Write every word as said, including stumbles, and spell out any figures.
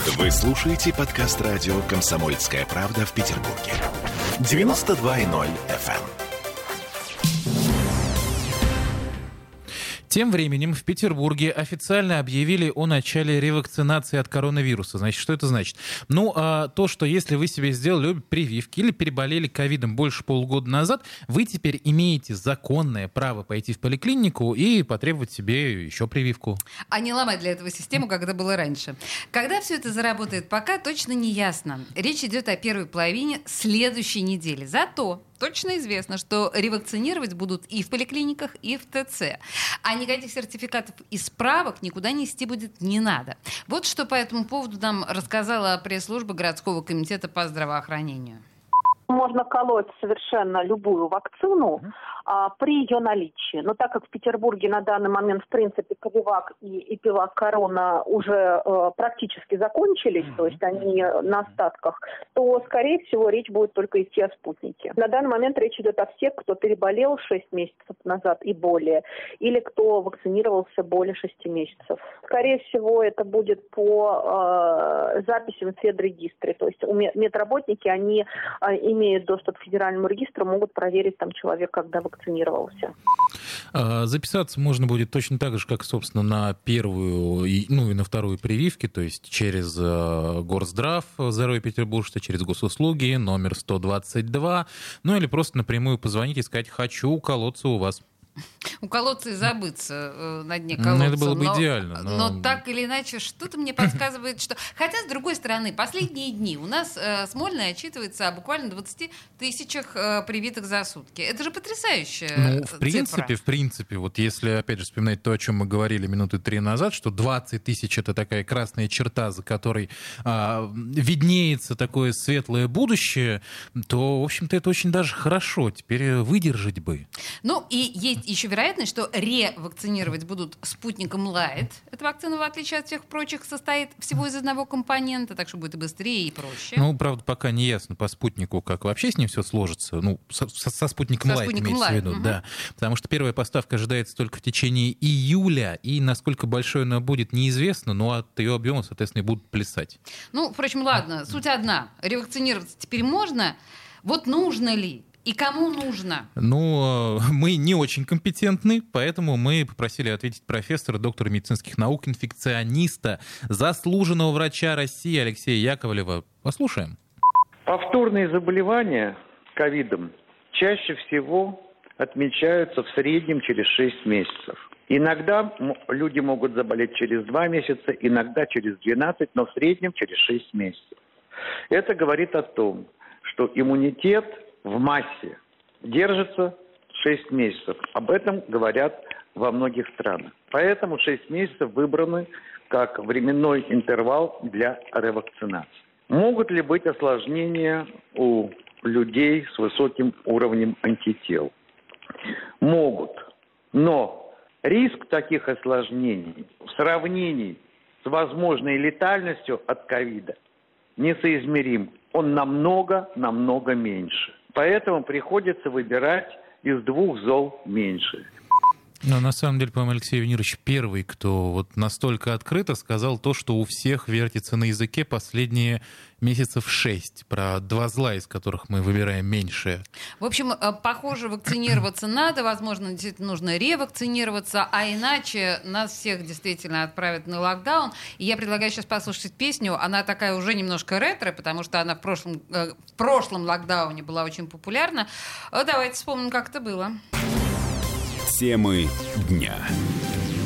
Вы слушаете подкаст радио «Комсомольская правда» в Петербурге. девяносто два и ноль эф эм. Тем временем в Петербурге официально объявили о начале ревакцинации от коронавируса. Значит, что это значит? Ну, а то, что если вы себе сделали обе прививки или переболели ковидом больше полугода назад, вы теперь имеете законное право пойти в поликлинику и потребовать себе еще прививку. А не ломать для этого систему, как это было раньше. Когда все это заработает, пока точно не ясно. Речь идет о первой половине следующей недели. Зато точно известно, что ревакцинировать будут и в поликлиниках, и в ТЦ. А никаких сертификатов и справок никуда нести будет не надо. Вот что по этому поводу нам рассказала пресс-служба городского комитета по здравоохранению. Можно колоть совершенно любую вакцину а, при ее наличии. Но так как в Петербурге на данный момент, в принципе, Ковивак и Эпивак Корона уже э, практически закончились, то есть они на остатках, то, скорее всего, речь будет только идти о спутнике. На данный момент речь идет о всех, кто переболел шесть месяцев назад и более, или кто вакцинировался более шести месяцев. Скорее всего, это будет по э, записям в федрегистре. То есть медработники, они э, имеют доступ к федеральному регистру, могут проверить там человек, когда вакцинировался. Записаться можно будет точно так же, как, собственно, на первую, ну и на вторую прививки, то есть через Горздрав, Здоровье Петербуржца, через госуслуги, номер сто двадцать два, ну или просто напрямую позвонить и сказать «хочу уколоться у вас». Уколоться и забыться э, на дне колодца. Ну, это было бы но, идеально. Но... но так или иначе, что-то мне подсказывает, что... Хотя, с другой стороны, последние дни у нас э, Смольный отчитывается о буквально двадцати тысячах э, привитых за сутки. Это же потрясающая Ну, в цифра. принципе, в принципе, вот если, опять же, вспоминать то, о чем мы говорили минуты три назад, что двадцать тысяч — это такая красная черта, за которой э, виднеется такое светлое будущее, то, в общем-то, это очень даже хорошо. Теперь выдержать бы. Ну, и есть еще вероятность, что ревакцинировать будут спутником Лайт. Эта вакцина, в отличие от всех прочих, состоит всего из одного компонента, так что будет и быстрее, и проще. Ну, правда, пока не ясно по спутнику, как вообще с ним все сложится. Ну, со, со, со спутником со Лайт спутником имеется в виду, угу. да. Потому что первая поставка ожидается только в течение июля, и насколько большой она будет, неизвестно, но от ее объема, соответственно, и будут плясать. Ну, впрочем, ладно, суть одна. Ревакцинироваться теперь можно. Вот нужно ли? И кому нужно? Ну, мы не очень компетентны, поэтому мы попросили ответить профессора, доктора медицинских наук, инфекциониста, заслуженного врача России Алексея Яковлева. Послушаем. Повторные заболевания ковидом чаще всего отмечаются в среднем через шесть месяцев. Иногда люди могут заболеть через два месяца, иногда через двенадцать, но в среднем через шесть месяцев. Это говорит о том, что иммунитет в массе держится шесть месяцев. Об этом говорят во многих странах. Поэтому шесть месяцев выбраны как временной интервал для ревакцинации. Могут ли быть осложнения у людей с высоким уровнем антител? Могут. Но риск таких осложнений в сравнении с возможной летальностью от ковида несоизмерим. Он намного-намного меньше. Поэтому приходится выбирать из двух зол меньше. Но на самом деле, по-моему, Алексей Венерович первый, кто вот настолько открыто сказал то, что у всех вертится на языке последние месяцев шесть, про два зла, из которых мы выбираем меньшее. В общем, похоже, вакцинироваться надо, возможно, действительно нужно ревакцинироваться, а иначе нас всех действительно отправят на локдаун. И я предлагаю сейчас послушать песню, она такая уже немножко ретро, потому что она в прошлом, э, в прошлом локдауне была очень популярна. Давайте вспомним, как это было. Темы дня.